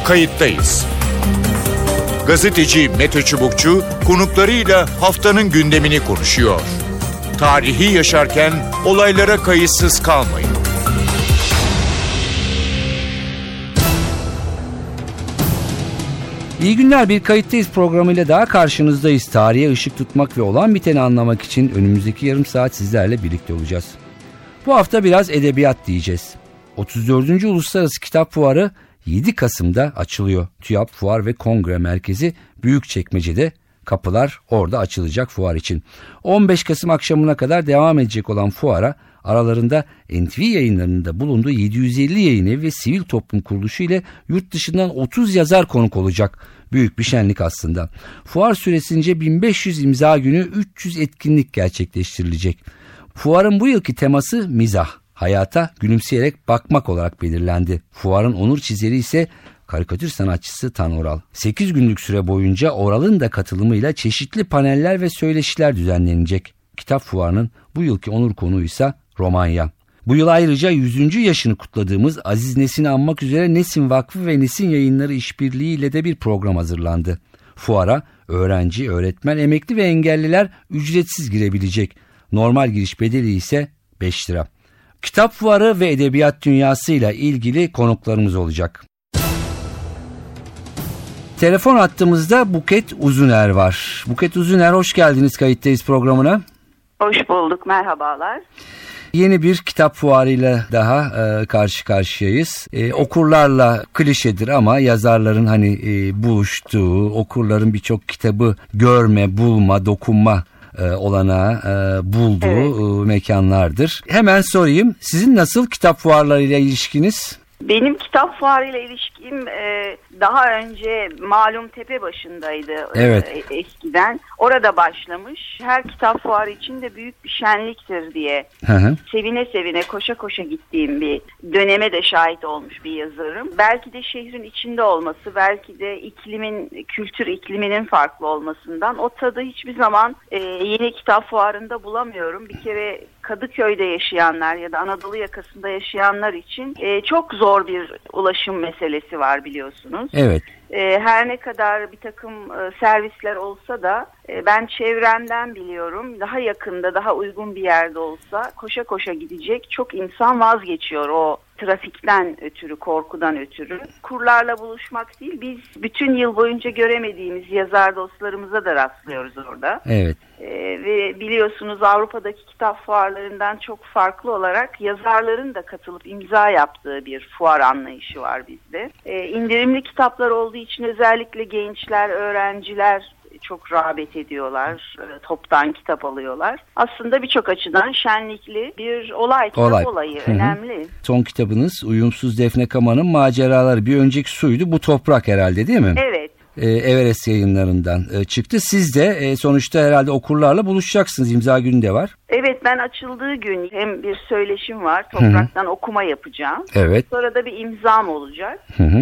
Kayıttayız. Gazeteci Mete Çubukçu konuklarıyla haftanın gündemini konuşuyor. Tarihi yaşarken olaylara kayıtsız kalmayın. İyi günler, bir Kayıttayız programıyla daha karşınızdayız. Tarihe ışık tutmak ve olan biteni anlamak için önümüzdeki yarım saat sizlerle birlikte olacağız. Bu hafta biraz edebiyat diyeceğiz. 34. Uluslararası Kitap Fuarı 7 Kasım'da açılıyor. TÜYAP Fuar ve Kongre Merkezi Büyükçekmece'de, kapılar orada açılacak fuar için. 15 Kasım akşamına kadar devam edecek olan fuara aralarında NTV yayınlarında bulunduğu 750 yayın evi ve sivil toplum kuruluşu ile yurt dışından 30 yazar konuk olacak. Büyük bir şenlik aslında. Fuar süresince 1500 imza günü 300 etkinlik gerçekleştirilecek. Fuarın bu yılki teması mizah, hayata gülümseyerek bakmak olarak belirlendi. Fuarın onur çizeri ise karikatür sanatçısı Tan Oral. 8 günlük süre boyunca Oral'ın da katılımıyla çeşitli paneller ve söyleşiler düzenlenecek. Kitap fuarının bu yılki onur konuğu ise Romanya. Bu yıl ayrıca 100. yaşını kutladığımız Aziz Nesin'i anmak üzere Nesin Vakfı ve Nesin Yayınları işbirliğiyle de bir program hazırlandı. Fuara öğrenci, öğretmen, emekli ve engelliler ücretsiz girebilecek. Normal giriş bedeli ise 5 lira. Kitap fuarı ve edebiyat dünyasıyla ilgili konuklarımız olacak. Telefon hattımızda Buket Uzuner var. Buket Uzuner, hoş geldiniz Kayıttayız programına. Hoş bulduk, merhabalar. Yeni bir kitap fuarıyla daha karşı karşıyayız. Okurlarla klişedir ama yazarların buluştuğu, okurların birçok kitabı görme, bulma, dokunma olanağı bulduğu mekanlardır. Hemen sorayım, sizin nasıl kitap fuarlarıyla ilişkiniz? Benim kitap fuarıyla ilişkim daha önce malum Tepebaşı'ndaydı. Evet. Eskiden. Orada başlamış. Her kitap fuarı için de büyük bir şenliktir diye sevine sevine, koşa koşa gittiğim bir döneme de şahit olmuş bir yazarım. Belki de şehrin içinde olması, belki de kültür ikliminin farklı olmasından o tadı hiçbir zaman yeni kitap fuarında bulamıyorum. Bir kere Kadıköy'de yaşayanlar ya da Anadolu yakasında yaşayanlar için çok zor bir ulaşım meselesi var, biliyorsunuz. Evet. Her ne kadar bir takım servisler olsa da ben çevremden biliyorum, daha yakında, daha uygun bir yerde olsa koşa koşa gidecek çok insan vazgeçiyor o trafikten ötürü, korkudan ötürü. Kurlarla buluşmak değil, biz bütün yıl boyunca göremediğimiz yazar dostlarımıza da rastlıyoruz orada. Evet. Ve biliyorsunuz Avrupa'daki kitap fuarlarından çok farklı olarak yazarların da katılıp imza yaptığı bir fuar anlayışı var bizde. İndirimli kitaplar olduğu için özellikle gençler, öğrenciler çok rağbet ediyorlar, toptan kitap alıyorlar. Aslında birçok açıdan şenlikli bir olay, kitap olayı. Hı-hı. Önemli. Son kitabınız Uyumsuz Defne Kama'nın maceraları. Bir önceki suydu, bu toprak herhalde, değil mi? Evet. Everest yayınlarından çıktı. Siz de sonuçta herhalde okurlarla buluşacaksınız. İmza günü de var. Evet, ben açıldığı gün hem bir söyleşim var. Topraktan okuma yapacağım. Evet. Sonra da bir imzam olacak.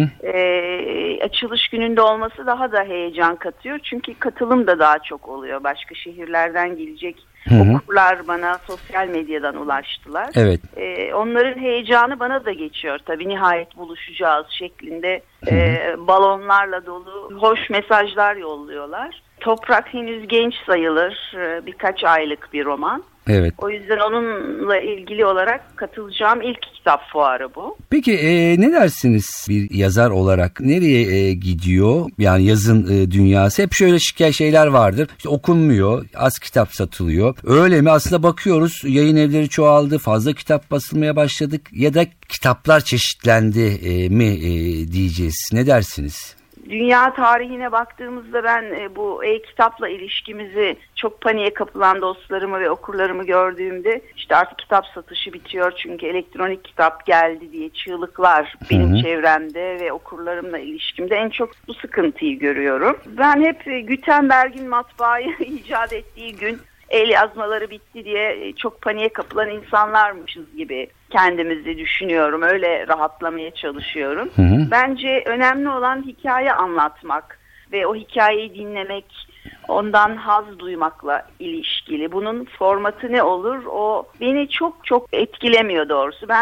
Açılış gününde olması daha da heyecan katıyor. Çünkü katılım da daha çok oluyor. Başka şehirlerden gelecek okurlar bana sosyal medyadan ulaştılar. Evet. Onların heyecanı bana da geçiyor. Tabii nihayet buluşacağız şeklinde balonlarla dolu hoş mesajlar yolluyorlar. Toprak henüz genç sayılır. Birkaç aylık bir roman. Evet. O yüzden onunla ilgili olarak katılacağım ilk kitap fuarı bu. Peki ne dersiniz bir yazar olarak? Nereye gidiyor? Yani yazın dünyası. Hep şöyle şeyler vardır. İşte okunmuyor, az kitap satılıyor. Öyle mi? Aslında bakıyoruz, yayın evleri çoğaldı, fazla kitap basılmaya başladık ya da kitaplar çeşitlendi mi diyeceğiz. Ne dersiniz? Dünya tarihine baktığımızda ben bu e-kitapla ilişkimizi çok paniğe kapılan dostlarımı ve okurlarımı gördüğümde işte artık kitap satışı bitiyor çünkü elektronik kitap geldi diye çığlıklar benim çevremde ve okurlarımla ilişkimde en çok bu sıkıntıyı görüyorum. Ben hep Gutenberg'in matbaayı icat ettiği gün el yazmaları bitti diye çok paniğe kapılan insanlarmışız gibi kendimizi düşünüyorum. Öyle rahatlamaya çalışıyorum. Bence önemli olan hikaye anlatmak ve o hikayeyi dinlemek, ondan haz duymakla ilişkili. Bunun formatı ne olur? O beni çok etkilemiyor doğrusu. Ben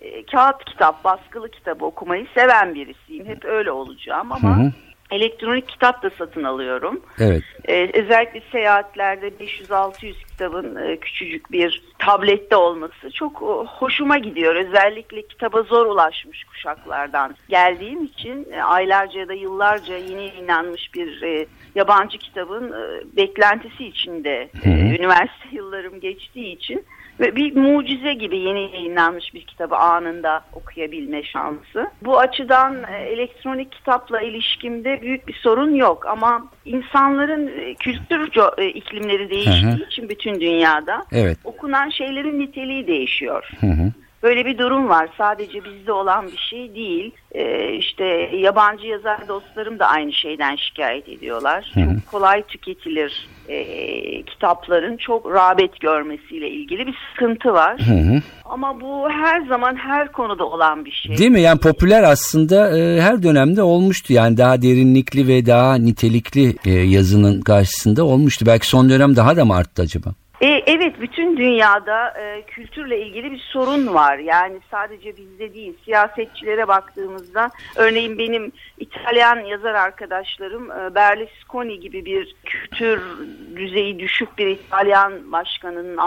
kağıt kitap, baskılı kitabı okumayı seven birisiyim. Hep öyle olacağım ama elektronik kitap da satın alıyorum. Evet. Özellikle seyahatlerde 500-600 kitabın küçücük bir tablette olması çok hoşuma gidiyor. Özellikle kitaba zor ulaşmış kuşaklardan geldiğim için aylarca ya da yıllarca yeni yayınlanmış bir yabancı kitabın beklentisi içinde üniversite yıllarım geçtiği için ve bir mucize gibi yeni yayınlanmış bir kitabı anında okuyabilme şansı. Bu açıdan elektronik kitapla ilişkimde büyük bir sorun yok ama insanların kültür iklimleri değiştiği için bütün dünyada okunan şeylerin niteliği değişiyor. Böyle bir durum var. Sadece bizde olan bir şey değil. İşte yabancı yazar dostlarım da aynı şeyden şikayet ediyorlar. Çok kolay tüketilir kitapların çok rağbet görmesiyle ilgili bir sıkıntı var. Ama bu her zaman her konuda olan bir şey. Değil mi? Yani popüler aslında her dönemde olmuştu. Yani daha derinlikli ve daha nitelikli yazının karşısında olmuştu. Belki son dönem daha da mı arttı acaba? Evet, bütün dünyada kültürle ilgili bir sorun var. Yani sadece bizde değil, siyasetçilere baktığımızda örneğin benim İtalyan yazar arkadaşlarım Berlusconi gibi bir kültür düzeyi düşük bir İtalyan başkanının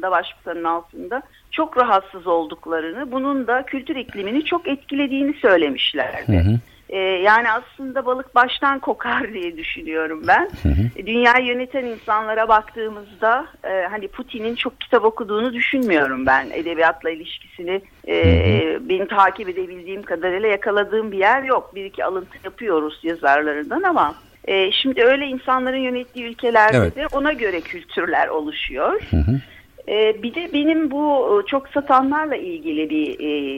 altında çok rahatsız olduklarını, bunun da kültür iklimini çok etkilediğini söylemişlerdi. Yani aslında balık baştan kokar diye düşünüyorum ben. Dünyayı yöneten insanlara baktığımızda hani Putin'in çok kitap okuduğunu düşünmüyorum ben. Edebiyatla ilişkisini benim takip edebildiğim kadarıyla yakaladığım bir yer yok. Bir iki alıntı yapıyoruz yazarlarından ama şimdi öyle insanların yönettiği ülkelerde de ona göre kültürler oluşuyor. Bir de benim bu çok satanlarla ilgili bir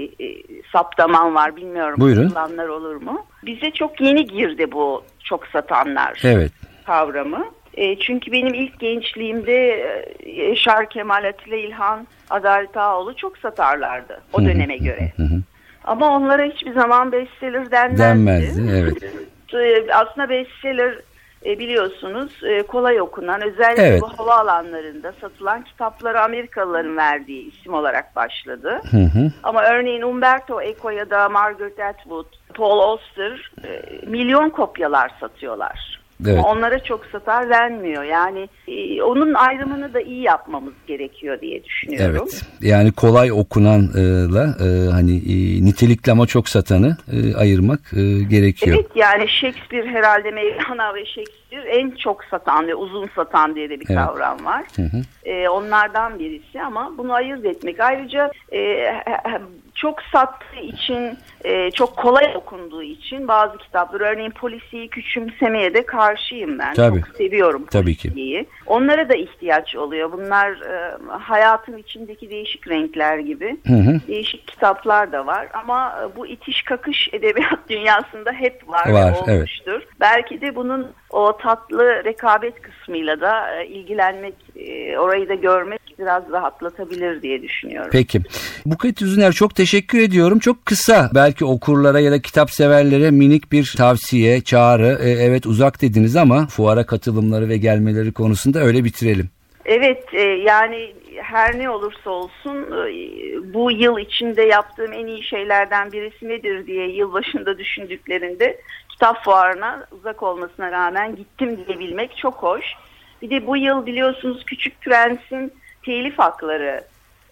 saptamam var. Bilmiyorum kullananlar olur mu? Bize çok yeni girdi bu çok satanlar kavramı. Çünkü benim ilk gençliğimde Yaşar Kemal, Atilla İlhan, Adalet Ağaoğlu çok satarlardı o döneme göre. Ama onlara hiçbir zaman bestseller denmezdi. Aslında bestseller biliyorsunuz kolay okunan, özellikle bu havaalanlarında satılan kitapları Amerikalıların verdiği isim olarak başladı. Ama örneğin Umberto Eco ya da Margaret Atwood, Paul Auster milyon kopyalar satıyorlar. Ama onlara çok satar denmiyor. Yani onun ayrımını da iyi yapmamız gerekiyor diye düşünüyorum. Yani kolay okunanla hani nitelikli ama çok satanı ayırmak gerekiyor. Evet, yani Shakespeare herhalde Mevlana ve Shakespeare en çok satan ve uzun satan diye de bir kavram var. Onlardan birisi ama bunu ayırt etmek. Ayrıca çok sattığı için, çok kolay okunduğu için bazı kitaplar, örneğin polisiyi küçümsemeye de karşıyım ben. Çok seviyorum polisiyi. Onlara da ihtiyaç oluyor. Bunlar hayatın içindeki değişik renkler gibi. Değişik kitaplar da var. Ama bu itiş kakış edebiyat dünyasında hep var ve olmuştur. Belki de bunun o tatlı rekabet kısmıyla da ilgilenmek, orayı da görmek biraz rahatlatabilir diye düşünüyorum. Peki. Buket Üzüner, çok teşekkür ediyorum. Çok kısa, belki okurlara ya da kitap severlere minik bir tavsiye, çağrı. Evet, uzak dediniz ama fuara katılımları ve gelmeleri konusunda öyle bitirelim. Evet, yani her ne olursa olsun bu yıl içinde yaptığım en iyi şeylerden birisi nedir diye yılbaşında düşündüklerinde kitap fuarına uzak olmasına rağmen gittim diyebilmek çok hoş. Bir de bu yıl biliyorsunuz Küçük Prens'in telif hakları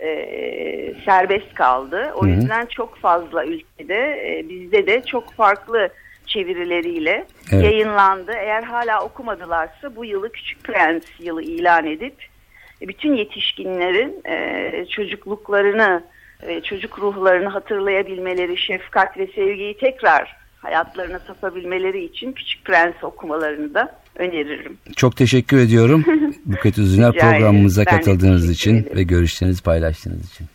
serbest kaldı. O yüzden çok fazla ülkede, bizde de çok farklı çevirileriyle yayınlandı. Eğer hala okumadılarsa bu yılı Küçük Prens yılı ilan edip bütün yetişkinlerin çocukluklarını, çocuk ruhlarını hatırlayabilmeleri, şefkat ve sevgiyi tekrar hayatlarına satabilmeleri için Küçük Prens okumalarını da öneririm. Çok teşekkür ediyorum Buket Üzüner, programımıza katıldığınız için ve görüşlerinizi paylaştığınız için.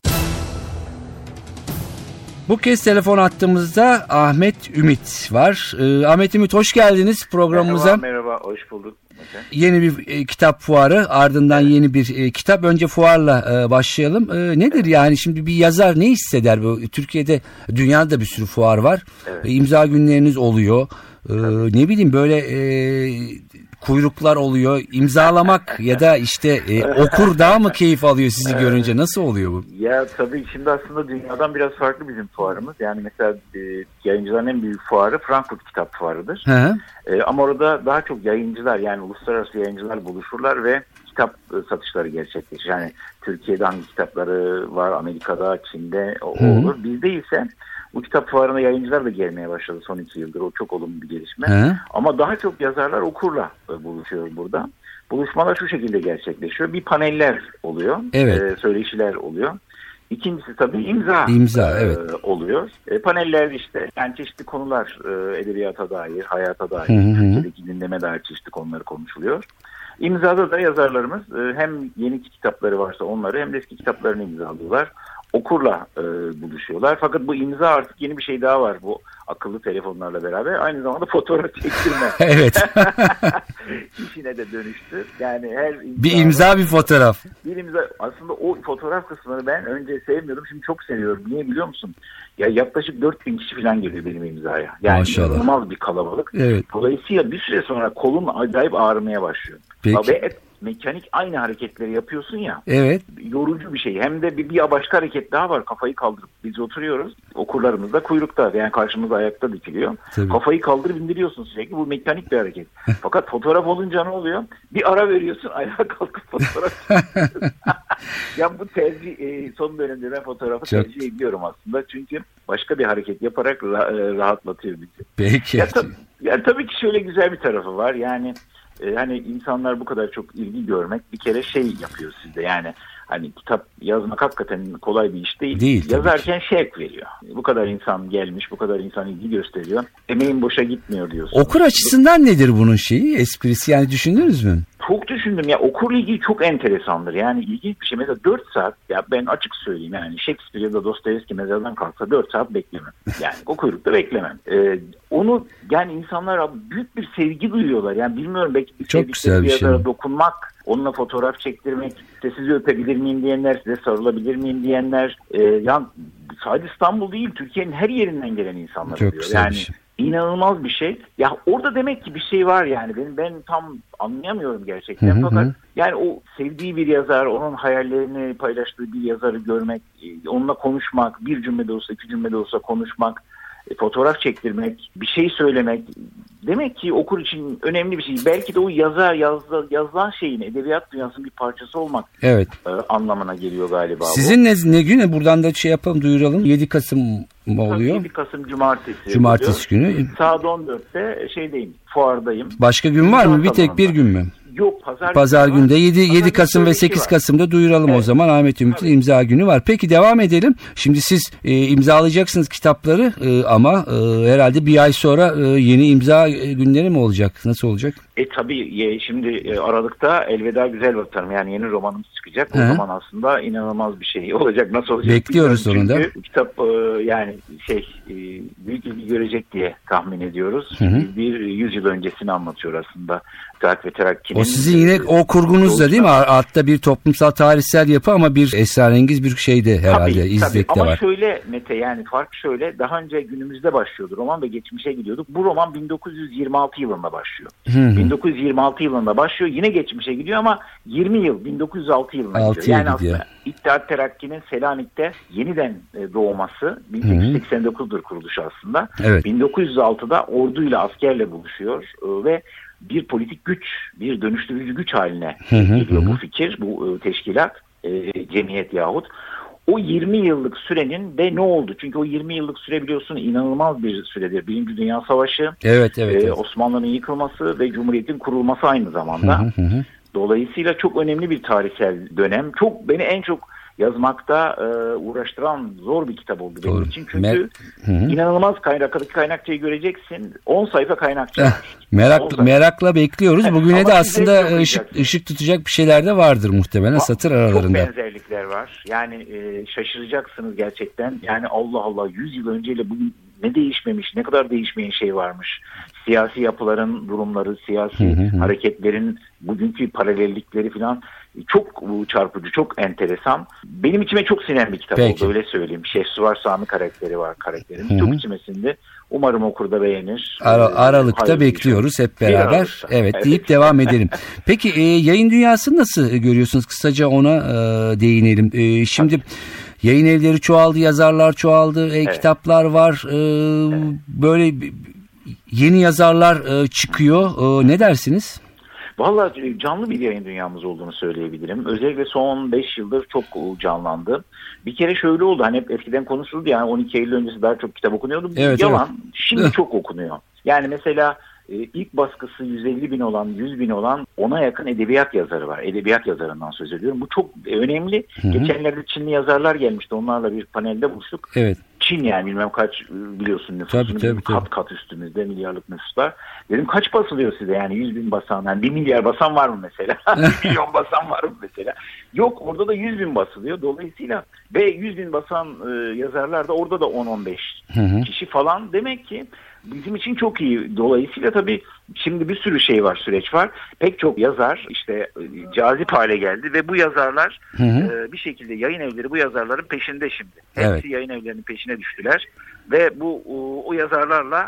Bu kez telefon attığımızda Ahmet Ümit var. Ahmet Ümit, hoş geldiniz programımıza. Merhaba, hoş bulduk. Yeni bir kitap fuarı, ardından yeni bir kitap. Önce fuarla başlayalım. Nedir yani şimdi bir yazar ne hisseder? Türkiye'de, dünyada bir sürü fuar var. İmza günleriniz oluyor. Ne bileyim, böyle kuyruklar oluyor. İmzalamak ya da işte okur daha mı keyif alıyor sizi görünce? Nasıl oluyor bu? Ya tabii şimdi aslında dünyadan biraz farklı bizim fuarımız. Yani mesela yayıncıların en büyük fuarı Frankfurt Kitap Fuarı'dır. Ama orada daha çok yayıncılar, yani uluslararası yayıncılar buluşurlar ve kitap satışları gerçekleşir. Yani Türkiye'de hangi kitapları var, Amerika'da, Çin'de o olur. Bizde ise bu kitap fuarına yayıncılar da gelmeye başladı son 2 yıldır. O çok olumlu bir gelişme. Ama daha çok yazarlar okurla buluşuyor burada. Buluşmalar şu şekilde gerçekleşiyor. Bir paneller oluyor. Evet. Söyleşiler oluyor. İkincisi tabii imza evet. oluyor. Paneller işte yani çeşitli konular, edebiyata dair, hayata dair, Türkiye'deki gündeme dair çeşitli konuları konuşuluyor. İmzada da yazarlarımız hem yeni kitapları varsa onları hem de eski kitaplarını imzalıyorlar. Okurla buluşuyorlar. Fakat bu imza artık yeni bir şey daha var bu akıllı telefonlarla beraber. Aynı zamanda fotoğraf çektirme. Evet. İşine de dönüştü. Yani her bir imza bir fotoğraf. Bir imza. Aslında o fotoğraf kısmını ben önce sevmiyordum. Şimdi çok seviyorum. Niye biliyor musun? Ya yaklaşık 4000 kişi falan geliyor benim imzaya. Yani inanılmaz bir kalabalık. Evet. Dolayısıyla bir süre sonra kolum acayip ağrımaya başlıyor. Peki. Ve mekanik aynı hareketleri yapıyorsun ya. Evet. Yorucu bir şey. Hem de bir başka hareket daha var. Kafayı kaldırıp biz oturuyoruz. Okurlarımız da kuyrukta. Yani karşımızda ayakta dikiliyor. Tabii. Kafayı kaldırıp indiriyorsun sürekli. Bu mekanik bir hareket. Fakat fotoğraf olunca ne oluyor? Bir ara veriyorsun. Ayağa kalkıp fotoğraf çekiyorsun. Ya bu tercih son dönemde ben fotoğrafı tercih ediyorum aslında. Çünkü başka bir hareket yaparak rahatlatıyor bizi. Peki. Ya tabii ki şöyle güzel bir tarafı var. Yani hani insanlar bu kadar çok ilgi görmek bir kere şey yapıyor sizde. Yani hani kitap yazmak hakikaten kolay bir iş değil. Yazarken şevk veriyor. Bu kadar insan gelmiş, bu kadar insan ilgi gösteriyor. Emeğin boşa gitmiyor diyorsun. Okur açısından nedir bunun şeyi, esprisi, yani düşündünüz mü? Çok düşündüm ya, okurla ilgili çok enteresandır. Yani ilginç bir şey. Mesela 4 saat, ya ben açık söyleyeyim yani Shakespeare ya da Dostoyevski mezardan kalksa 4 saat beklemem. Yani o kuyrukta beklemem. Onu yani insanlar büyük bir sevgi duyuyorlar. Yani bilmiyorum, belki bir sevdikleri bir yazara dokunmak, onunla fotoğraf çektirmek, işte sizi öpebilir miyim diyenler, size sarılabilir miyim diyenler. Yani sadece İstanbul değil, Türkiye'nin her yerinden gelen insanlar çok oluyor. Yani şey. İnanılmaz bir şey. Ya orada demek ki bir şey var yani. Ben tam anlayamıyorum gerçekten. Fakat yani o sevdiği bir yazar, onun hayallerini paylaştığı bir yazarı görmek, onunla konuşmak, bir cümlede olsa, 2 cümlede olsa konuşmak, fotoğraf çektirmek, bir şey söylemek demek ki okur için önemli bir şey. Belki de o yazılan şeyin edebiyat dünyasının bir parçası olmak anlamına geliyor galiba. Sizin ne güne buradan da şey yapalım, duyuralım. 7 Kasım mı oluyor? 7 Kasım Cumartesi. Cumartesi günü. Saat 14'te şeydeyim, fuardayım. Başka gün var mı? Bir tek bir gün mü? Yok, Pazar günde 7 Kasım ve 8 Kasım'da duyuralım o zaman. Ahmet Ümit'in imza günü var. Peki devam edelim. Şimdi siz imzalayacaksınız kitapları ama herhalde bir ay sonra yeni imza günleri mi olacak? Nasıl olacak? Tabii şimdi Aralık'ta Elveda Güzel Vatanım, yani yeni romanımız çıkacak. O zaman aslında inanılmaz bir şey olacak. Nasıl olacak? Bekliyoruz sonunda. Çünkü kitap yani büyük ilgi görecek diye tahmin ediyoruz. Bir 100 yıl öncesini anlatıyor aslında. Terak ve Terakki'nin. O sizin yine o kurgunuzda değil mi? Altta bir toplumsal tarihsel yapı ama bir esrarengiz bir şey de herhalde izlekte var. Ama şöyle Mete, yani fark şöyle, daha önce günümüzde başlıyordu roman ve geçmişe gidiyorduk. Bu roman 1926 yılında başlıyor. 1926 yılında başlıyor, yine geçmişe gidiyor ama 20 yıl 1906 yılına gidiyor. Yani aslında İttihat Terakki'nin Selanik'te yeniden doğması 1889'dur kuruluşu aslında. Evet. 1906'da orduyla, askerle buluşuyor ve bir politik güç, bir dönüştürücü güç haline geliyor bu fikir, bu teşkilat, cemiyet yahut. O 20 yıllık sürenin de ne oldu? Çünkü o 20 yıllık süre biliyorsun inanılmaz bir süredir. Birinci Dünya Savaşı, evet. Osmanlı'nın yıkılması ve Cumhuriyet'in kurulması aynı zamanda. Dolayısıyla çok önemli bir tarihsel dönem. Beni en çok yazmakta uğraştıran zor bir kitap oldu benim için. Çünkü inanılmaz kaynakçayı göreceksin. 10 sayfa kaynakça var. Merakla bekliyoruz. Bugüne de aslında ışık tutacak bir şeyler de vardır muhtemelen satır aralarında. Çok benzerlikler var. Yani şaşıracaksınız gerçekten. Yani Allah Allah, 100 yıl önceyle bugün ne değişmemiş, ne kadar değişmeyen şey varmış. siyasi yapıların durumları, siyasi hareketlerin bugünkü paralellikleri falan çok çarpıcı, çok enteresan. Benim içime çok sinen bir kitap oldu, öyle söyleyeyim. Şehsuvar Sami karakteri var karakterin. Çok içime sindi. Umarım okur da beğenir. Aralık'ta bekliyoruz hep beraber. Evet deyip devam edelim. Peki yayın dünyasını nasıl görüyorsunuz? Kısaca ona değinelim. Şimdi yayın evleri çoğaldı, yazarlar çoğaldı, kitaplar var. Böyle yeni yazarlar çıkıyor. Ne dersiniz? Vallahi canlı bir yayın dünyamız olduğunu söyleyebilirim. Özellikle son 5 yıldır çok canlandı. Bir kere şöyle oldu, hani hep eskiden konuşuldu yani 12 Eylül öncesi daha çok kitap okunuyordu. Evet, yalan. Evet. Şimdi çok okunuyor. Yani mesela ilk baskısı 150 bin olan, 100 bin olan 10'a yakın edebiyat yazarı var. Edebiyat yazarından söz ediyorum. Bu çok önemli. Geçenlerde Çinli yazarlar gelmişti. Onlarla bir panelde buluştuk. Evet. Çin yani bilmem kaç biliyorsun nüfusunu. Tabii. Kat üstümüzde milyarlık nüfuslar. Dedim kaç basılıyor size yani 100 bin basan? Yani 1 milyar basan var mı mesela? 1 milyon basan var mı mesela? Yok, orada da 100 bin basılıyor. Dolayısıyla ve 100 bin basan yazarlar da orada da 10-15 kişi falan. Demek ki bizim için çok iyi. Dolayısıyla tabii şimdi bir sürü şey var, süreç var. Pek çok yazar işte cazip hale geldi ve bu yazarlar bir şekilde yayın evleri bu yazarların peşinde şimdi. Hepsi yayın evlerinin peşine düştüler ve o yazarlarla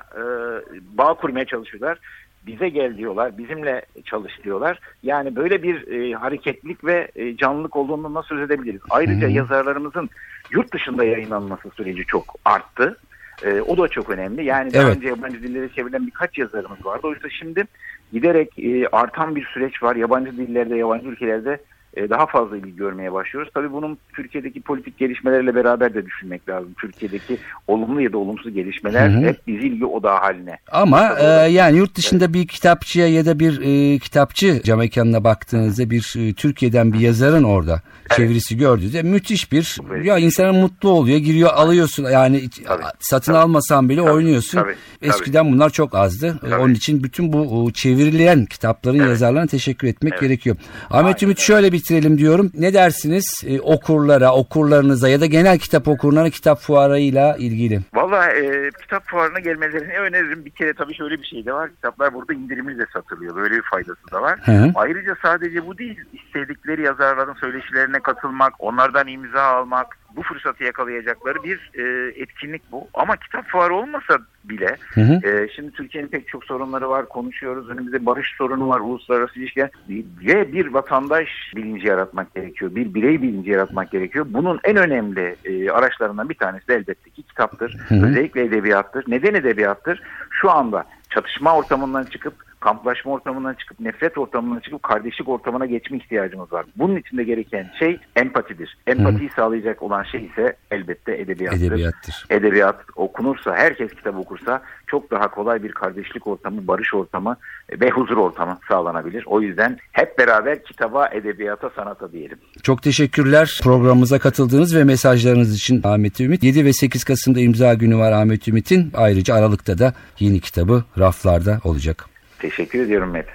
bağ kurmaya çalışıyorlar. Bize gel diyorlar, bizimle çalış diyorlar. Yani böyle bir hareketlilik ve canlılık olduğunu nasıl söz edebiliriz? Ayrıca yazarlarımızın yurt dışında yayınlanması süreci çok arttı. O da çok önemli. Yani daha önce yabancı dillere çevrilen birkaç yazarımız vardı. Oysa şimdi giderek artan bir süreç var. Yabancı dillerde, yabancı ülkelerde daha fazla ilgi görmeye başlıyoruz. Tabii bunun Türkiye'deki politik gelişmelerle beraber de düşünmek lazım. Türkiye'deki olumlu ya da olumsuz gelişmeler hep bizi ilgi odağı haline. Ama yani yurt dışında bir kitapçıya ya da bir kitapçı cam ekranına baktığınızda bir Türkiye'den bir yazarın orada çevirisi gördüğünüzde müthiş bir ya insan mutlu oluyor, giriyor alıyorsun yani satın almasan bile oynuyorsun. Eskiden bunlar çok azdı. Onun için bütün bu çevrilen kitapların yazarlarına teşekkür etmek gerekiyor. Ahmet Ümit şöyle bitirelim diyorum. Ne dersiniz okurlarınıza ya da genel kitap okurlarına kitap fuarıyla ilgili? Vallahi kitap fuarına gelmelerini öneririm. Bir kere tabii şöyle bir şey de var. Kitaplar burada indirimli satılıyor. Böyle bir faydası da var. Ayrıca sadece bu değil. İstedikleri yazarların söyleşilerine katılmak, onlardan imza almak, bu fırsatı yakalayacakları bir etkinlik bu. Ama kitap fuarı olmasa bile şimdi Türkiye'nin pek çok sorunları var, konuşuyoruz. Önümüzde barış sorunu var, uluslararası ilişkiler ve bir vatandaş bilinci yaratmak gerekiyor. Bir birey bilinci yaratmak gerekiyor. Bunun en önemli araçlarından bir tanesi de elbette ki kitaptır. Özellikle edebiyattır. Neden edebiyattır? Şu anda çatışma ortamından çıkıp, kamplaşma ortamından çıkıp, nefret ortamından çıkıp kardeşlik ortamına geçme ihtiyacımız var. Bunun için de gereken şey empatidir. Empatiyi sağlayacak olan şey ise elbette edebiyattır. Edebiyat okunursa, herkes kitap okursa çok daha kolay bir kardeşlik ortamı, barış ortamı ve huzur ortamı sağlanabilir. O yüzden hep beraber kitaba, edebiyata, sanata diyelim. Çok teşekkürler programımıza katıldığınız ve mesajlarınız için Ahmet Ümit. 7 ve 8 Kasım'da imza günü var Ahmet Ümit'in. Ayrıca Aralık'ta da yeni kitabı raflarda olacak. Teşekkür ediyorum Mete.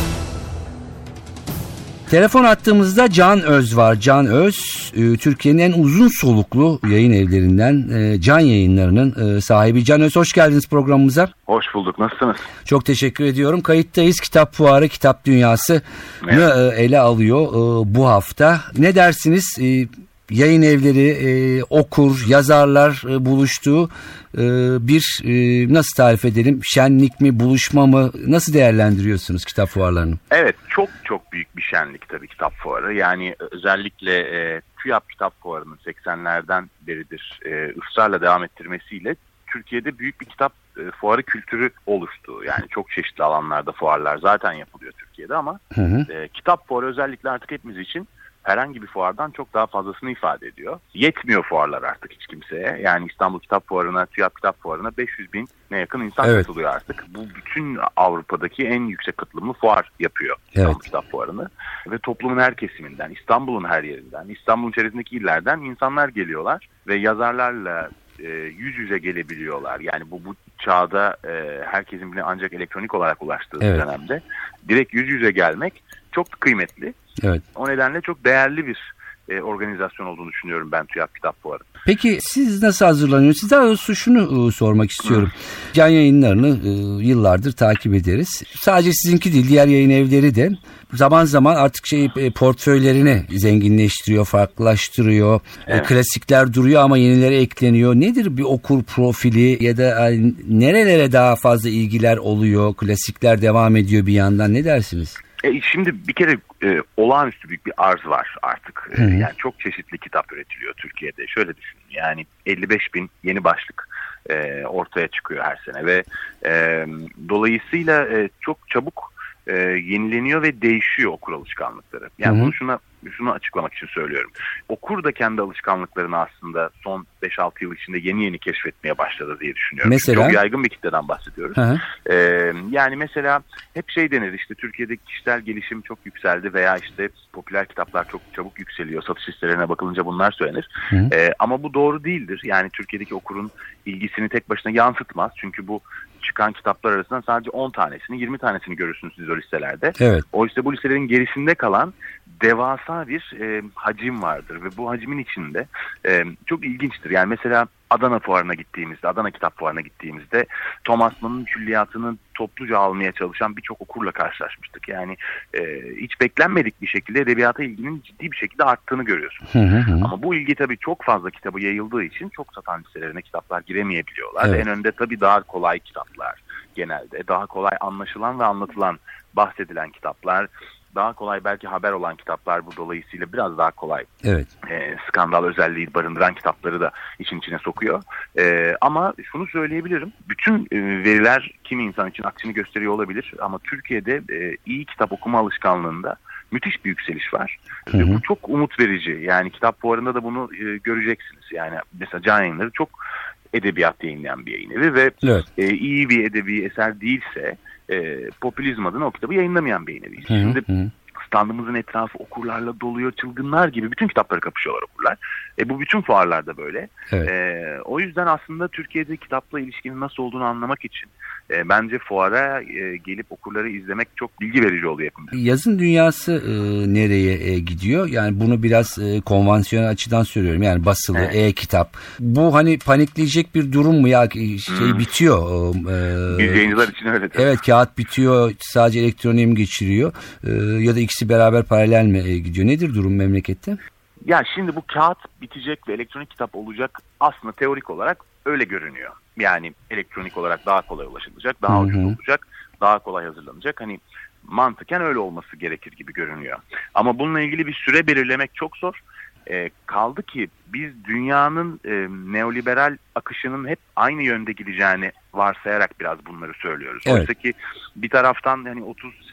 Telefon attığımızda Can Öz var. Can Öz, Türkiye'nin en uzun soluklu yayın evlerinden Can Yayınları'nın sahibi. Can Öz, hoş geldiniz programımıza. Hoş bulduk. Nasılsınız? Çok teşekkür ediyorum. Kayıttayız. Kitap Fuarı, Kitap Dünyası ele alıyor bu hafta. Ne dersiniz? Yayın evleri, okur, yazarlar buluştuğu bir nasıl tarif edelim? Şenlik mi, buluşma mı? Nasıl değerlendiriyorsunuz kitap fuarlarını? Evet, çok çok büyük bir şenlik tabii kitap fuarı. Yani özellikle TÜYAP Kitap Fuarı'nın 80'lerden beridir ısrarla devam ettirmesiyle Türkiye'de büyük bir kitap fuarı kültürü oluştu. Yani çok çeşitli alanlarda fuarlar zaten yapılıyor Türkiye'de ama kitap fuarı özellikle artık hepimiz için herhangi bir fuardan çok daha fazlasını ifade ediyor. Yetmiyor fuarlar artık hiç kimseye. Yani İstanbul Kitap Fuarı'na, TÜYAP Kitap Fuarı'na 500 bine yakın insan katılıyor artık. Bu bütün Avrupa'daki en yüksek katılımlı fuar yapıyor İstanbul Kitap Fuarı'nı. Ve toplumun her kesiminden, İstanbul'un her yerinden, İstanbul'un içerisindeki illerden insanlar geliyorlar ve yazarlarla yüz yüze gelebiliyorlar. Yani bu çağda herkesin bile ancak elektronik olarak ulaştığı dönemde direkt yüz yüze gelmek çok kıymetli. Evet. O nedenle çok değerli bir organizasyon olduğunu düşünüyorum ben TÜYAP Kitap Fuarı. Peki siz nasıl hazırlanıyorsunuz? Daha doğrusu şunu sormak istiyorum. Can Yayınları'nı yıllardır takip ederiz. Sadece sizinki değil, diğer yayın evleri de zaman zaman artık portföylerini zenginleştiriyor, farklılaştırıyor. Evet. Klasikler duruyor ama yenileri ekleniyor. Nedir bir okur profili ya da nerelere daha fazla ilgiler oluyor? Klasikler devam ediyor bir yandan. Ne dersiniz? Şimdi bir kere olağanüstü büyük bir arz var artık. Yani çok çeşitli kitap üretiliyor Türkiye'de. Şöyle düşünün, yani 55.000 yeni başlık ortaya çıkıyor her sene ve dolayısıyla çok çabuk yenileniyor ve değişiyor okur alışkanlıkları. Yani bunu şunu açıklamak için söylüyorum. Okur da kendi alışkanlıklarını aslında son 5-6 yıl içinde yeni keşfetmeye başladı diye düşünüyorum. Mesela? Çok yaygın bir kitleden bahsediyoruz. Yani mesela hep denir, işte Türkiye'deki kişisel gelişim çok yükseldi veya işte popüler kitaplar çok çabuk yükseliyor. Satış listelerine bakılınca bunlar söylenir. Ama bu doğru değildir. Yani Türkiye'deki okurun ilgisini tek başına yansıtmaz. Çünkü bu çıkan kitaplar arasından sadece 10 tanesini, 20 tanesini görürsünüz siz o listelerde. Evet. Oysa bu listelerin gerisinde kalan devasa bir hacim vardır ve bu hacimin içinde çok ilginçtir. Yani mesela Adana Kitap Fuarı'na gittiğimizde Thomas Mann'ın külliyatını topluca almaya çalışan birçok okurla karşılaşmıştık. Yani hiç beklenmedik bir şekilde edebiyata ilginin ciddi bir şekilde arttığını görüyorsunuz. Ama bu ilgi tabii çok fazla kitabı yayıldığı için çok satan listelerine kitaplar giremeyebiliyorlar. Evet. En önde tabii daha kolay kitaplar genelde. Daha kolay anlaşılan ve anlatılan, bahsedilen kitaplar. Daha kolay belki haber olan kitaplar, bu dolayısıyla biraz daha kolay skandal özelliği barındıran kitapları da işin içine sokuyor. Ama şunu söyleyebilirim, bütün veriler kimi insan için aksini gösteriyor olabilir ama Türkiye'de iyi kitap okuma alışkanlığında müthiş bir yükseliş var. Bu çok umut verici. Yani kitap fuarında da bunu göreceksiniz. Yani mesela Can Yayınları çok edebiyat yayınlayan bir yayın evi ve iyi bir edebi eser değilse popülizm adına o kitabı yayınlamayan bir yayın evi. Şimdi standımızın etrafı okurlarla doluyor, çılgınlar gibi bütün kitapları kapışıyorlar okurlar. Bu bütün fuarlarda böyle. Evet. O yüzden aslında Türkiye'de kitapla ilişkinin nasıl olduğunu anlamak için bence fuara gelip okurları izlemek çok bilgi verici oluyor hepimiz. Yazın dünyası nereye gidiyor? Yani bunu biraz konvansiyonel açıdan söylüyorum. Yani basılı, e-kitap. Bu hani panikleyecek bir durum mu ya? Bitiyor. Biz yayıncılar için öyle. Evet, kağıt bitiyor. Sadece elektroniğe mi geçiriyor? Ya da ikisi beraber paralel mi gidiyor? Nedir durum memlekette? Ya şimdi bu kağıt bitecek ve elektronik kitap olacak aslında teorik olarak öyle görünüyor. Yani elektronik olarak daha kolay ulaşılacak, daha ucuz olacak, daha kolay hazırlanacak. Hani mantıken öyle olması gerekir gibi görünüyor. Ama bununla ilgili bir süre belirlemek çok zor. Kaldı ki biz dünyanın neoliberal akışının hep aynı yönde gideceğini varsayarak biraz bunları söylüyoruz. Evet. Oysa ki bir taraftan hani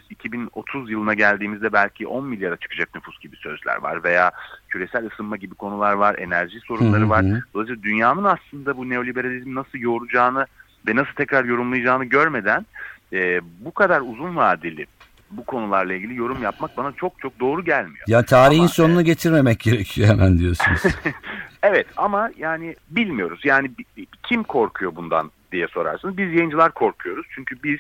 2030 yılına geldiğimizde belki 10 milyara çıkacak nüfus gibi sözler var veya küresel ısınma gibi konular var, enerji sorunları var. Dolayısıyla dünyanın aslında bu neoliberalizmi nasıl yoğuracağını ve nasıl tekrar yorumlayacağını görmeden bu kadar uzun vadeli bu konularla ilgili yorum yapmak bana çok çok doğru gelmiyor. Ya tarihin sonunu getirmemek gerekiyor hemen diyorsunuz. Evet ama yani bilmiyoruz. Yani kim korkuyor bundan diye sorarsınız. Biz yayıncılar korkuyoruz. Çünkü biz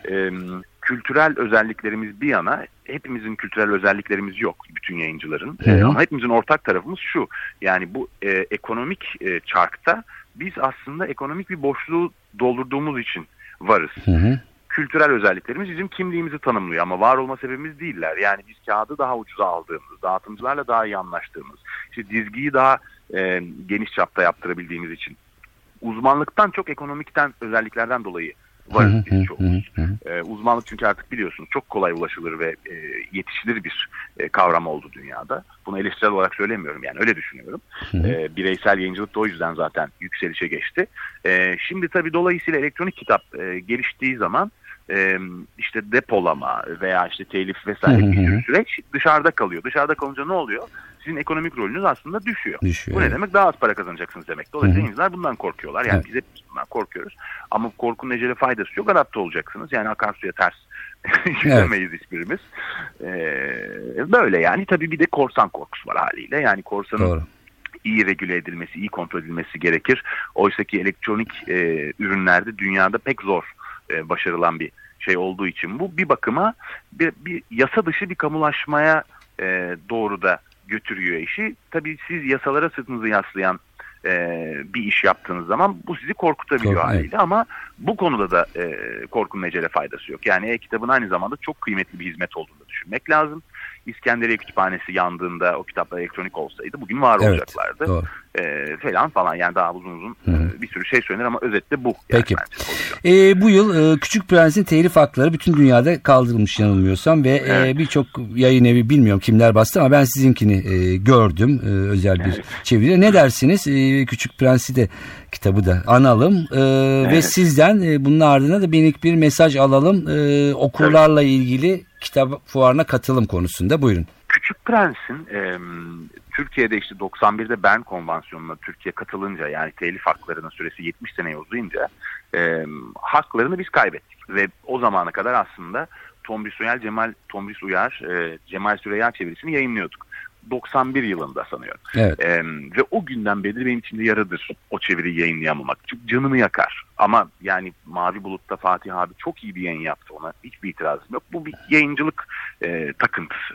kültürel özelliklerimiz bir yana, hepimizin kültürel özelliklerimiz yok bütün yayıncıların. Ama hepimizin ortak tarafımız şu. Yani bu ekonomik çarkta biz aslında ekonomik bir boşluğu doldurduğumuz için varız. Kültürel özelliklerimiz bizim kimliğimizi tanımlıyor ama var olma sebebimiz değiller. Yani biz kağıdı daha ucuza aldığımız, dağıtımcılarla daha iyi anlaştığımız, işte dizgiyi daha geniş çapta yaptırabildiğimiz için, uzmanlıktan çok ekonomikten özelliklerden dolayı varız biz çoğumuz. Uzmanlık çünkü artık biliyorsunuz çok kolay ulaşılır ve yetişilir bir kavram oldu dünyada. Bunu eleştirel olarak söylemiyorum, yani öyle düşünüyorum. Bireysel yayıncılık da o yüzden zaten yükselişe geçti. Şimdi tabii dolayısıyla elektronik kitap geliştiği zaman işte depolama veya işte telif vesaire bir sürü süreç dışarıda kalıyor. Dışarıda kalınca ne oluyor? Sizin ekonomik rolünüz aslında düşüyor. Bu ne demek? Daha az para kazanacaksınız demek. Dolayısıyla yayıncılar bundan korkuyorlar. Yani biz hep bundan korkuyoruz. Ama korkunun eceli faydası yok. Adapte olacaksınız. Yani akarsuya ters yürümeyiz hiçbirimiz. Böyle yani. Tabii bir de korsan korkusu var haliyle. Yani korsanın iyi regüle edilmesi, iyi kontrol edilmesi gerekir. Oysa ki elektronik ürünlerde dünyada pek zor başarılan bir şey olduğu için bu bir bakıma bir yasa dışı bir kamulaşmaya doğru da götürüyor işi. Tabii siz yasalara sırtınızı yaslayan bir iş yaptığınız zaman bu sizi korkutabiliyor haliyle, ama bu konuda da korkunun ecele faydası yok. Yani e-kitabın aynı zamanda çok kıymetli bir hizmet olduğunu da düşünmek lazım. İskenderiye Kütüphanesi yandığında o kitaplar elektronik olsaydı bugün var olacaklardı. Falan yani daha uzun bir sürü şey söylenir ama özetle bu. Peki. Bu yıl Küçük Prens'in telif hakları bütün dünyada kaldırılmış yanılmıyorsam ve birçok yayın evi, bilmiyorum kimler bastı ama ben sizinkini gördüm, özel bir çeviri. Ne dersiniz? Küçük Prens'i de, kitabı da analım ve sizden bunun ardına da minik bir mesaj alalım okurlarla ilgili kitap fuarına katılım konusunda. Buyurun. Küçük Prens'in Türkiye'de işte 91'de Bern Konvansiyonu'na Türkiye katılınca, yani telif haklarının süresi 70 seneye uzayınca haklarını biz kaybettik. Ve o zamana kadar aslında Tomris Uyar, Cemal Süreyya çevirisini yayınlıyorduk. 91 yılında sanıyorum. Evet. Ve o günden beri benim içimde yaradır o çeviriyi yayınlayamamak. Çünkü canımı yakar. Ama yani Mavi Bulut'ta Fatih abi çok iyi bir yayın yaptı, ona hiçbir itirazım yok. Bu bir yayıncılık takıntısı.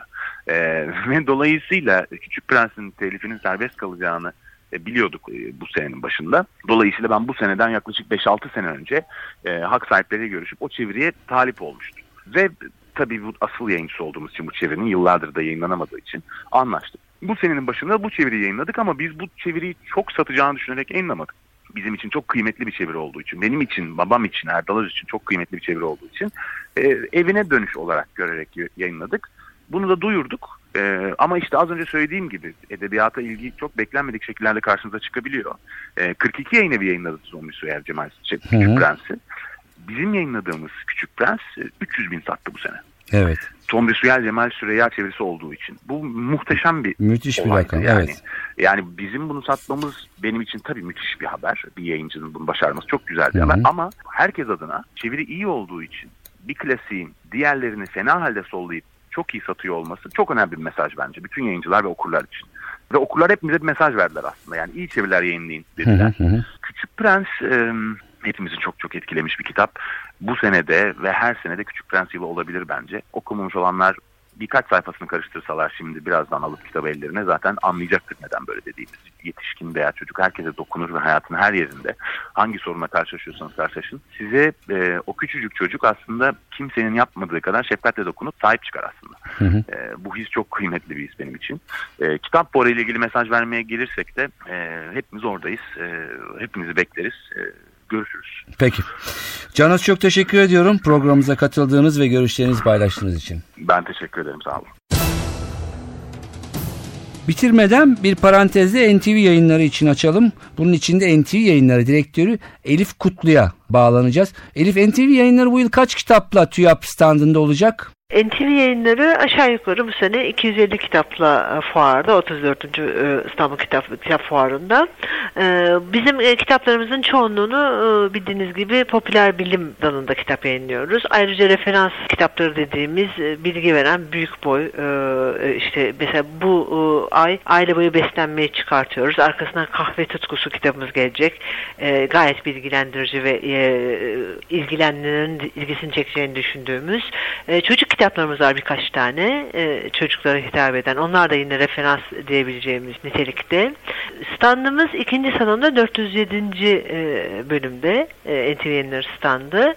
Ve dolayısıyla Küçük Prens'in telifinin serbest kalacağını biliyorduk bu senenin başında. Dolayısıyla ben bu seneden yaklaşık 5-6 sene önce hak sahipleriyle görüşüp o çeviriye talip olmuştum. Ve tabii bu asıl yayıncısı olduğumuz için, bu çevirinin yıllardır da yayınlanamadığı için anlaştık. Bu senenin başında bu çeviriyi yayınladık ama biz bu çeviriyi çok satacağını düşünerek yayınlamadık. Bizim için çok kıymetli bir çeviri olduğu için, benim için, babam için, Erdal Öz için çok kıymetli bir çeviri olduğu için evine dönüş olarak görerek yayınladık. Bunu da duyurduk. Ama işte az önce söylediğim gibi edebiyata ilgi çok beklenmedik şekillerde karşınıza çıkabiliyor. 42 yayın evi yayınladı Tomris Uyar Cemal Küçük Prens'i. Bizim yayınladığımız Küçük Prens 300 bin sattı bu sene. Evet. Tomris Uyar Cemal Süreyya çevirisi olduğu için. Bu muhteşem bir müthiş bir rakam. Yani. Evet. Yani bizim bunu satmamız benim için tabii müthiş bir haber. Bir yayıncının bunu başarması çok güzel bir haber. Ama herkes adına çeviri iyi olduğu için bir klasiğin diğerlerini fena halde sollayıp çok iyi satıyor olması çok önemli bir mesaj bence. Bütün yayıncılar ve okurlar için. Ve okurlar hepimize bir mesaj verdiler aslında. Yani iyi çeviriler yayınlayın dediler. Küçük Prens hepimizi çok çok etkilemiş bir kitap. Bu senede ve her senede Küçük Prens yılı olabilir bence. Okumamış olanlar birkaç sayfasını karıştırsalar şimdi birazdan alıp kitabı ellerine zaten anlayacaktır neden böyle dediğimiz. Yetişkin veya çocuk herkese dokunur ve hayatın her yerinde hangi sorunla karşılaşıyorsanız karşılaşın. Size o küçücük çocuk aslında kimsenin yapmadığı kadar şefkatle dokunup sahip çıkar aslında. Bu his çok kıymetli bir his benim için. Kitap fuarı ile ilgili mesaj vermeye gelirsek de hepimiz oradayız. Hepinizi bekleriz. Görüşürüz. Peki. Canos, çok teşekkür ediyorum programımıza katıldığınız ve görüşlerinizi paylaştığınız için. Ben teşekkür ederim, sağ olun. Bitirmeden bir parantezde NTV Yayınları için açalım. Bunun için de NTV Yayınları Direktörü Elif Kutlu'ya bağlanacağız. Elif, NTV Yayınları bu yıl kaç kitapla TÜYAP standında olacak? NTV Yayınları aşağı yukarı bu sene 250 kitapla fuarda, 34. İstanbul Kitap Fuarı'nda. Bizim kitaplarımızın çoğunluğunu bildiğiniz gibi popüler bilim dalında kitap yayınlıyoruz. Ayrıca referans kitapları dediğimiz bilgi veren büyük boy, işte mesela bu ay aile boyu beslenmeyi çıkartıyoruz. Arkasından Kahve Tutkusu kitabımız gelecek. Gayet bilgilendirici ve ilgilenenlerin ilgisini çekeceğini düşündüğümüz. Çocuk kitaplarımız var birkaç tane, çocuklara hitap eden. Onlar da yine referans diyebileceğimiz nitelikte. Standımız 2. salonda 407. bölümde, NTV Yayınları standı.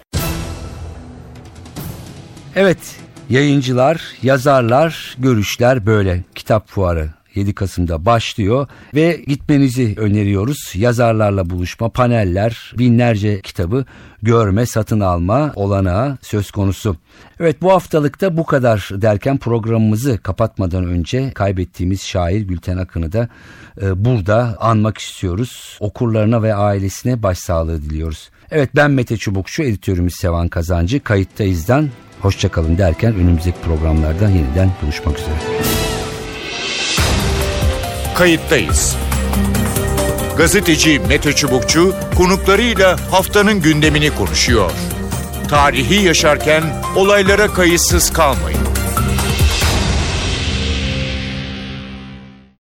Evet, yayıncılar, yazarlar, görüşler böyle. Kitap fuarı 7 Kasım'da başlıyor ve gitmenizi öneriyoruz. Yazarlarla buluşma, paneller, binlerce kitabı görme, satın alma olanağı söz konusu. Evet, bu haftalıkta bu kadar derken programımızı kapatmadan önce kaybettiğimiz şair Gülten Akın'ı da burada anmak istiyoruz. Okurlarına ve ailesine başsağlığı diliyoruz. Evet, ben Mete Çubukçu, editörümüz Sevan Kazancı. Kayıttayız'dan hoşçakalın derken önümüzdeki programlarda yeniden buluşmak üzere. Kayıttayız. Gazeteci Mete Çubukçu konuklarıyla haftanın gündemini konuşuyor. Tarihi yaşarken olaylara kayıtsız kalmayın.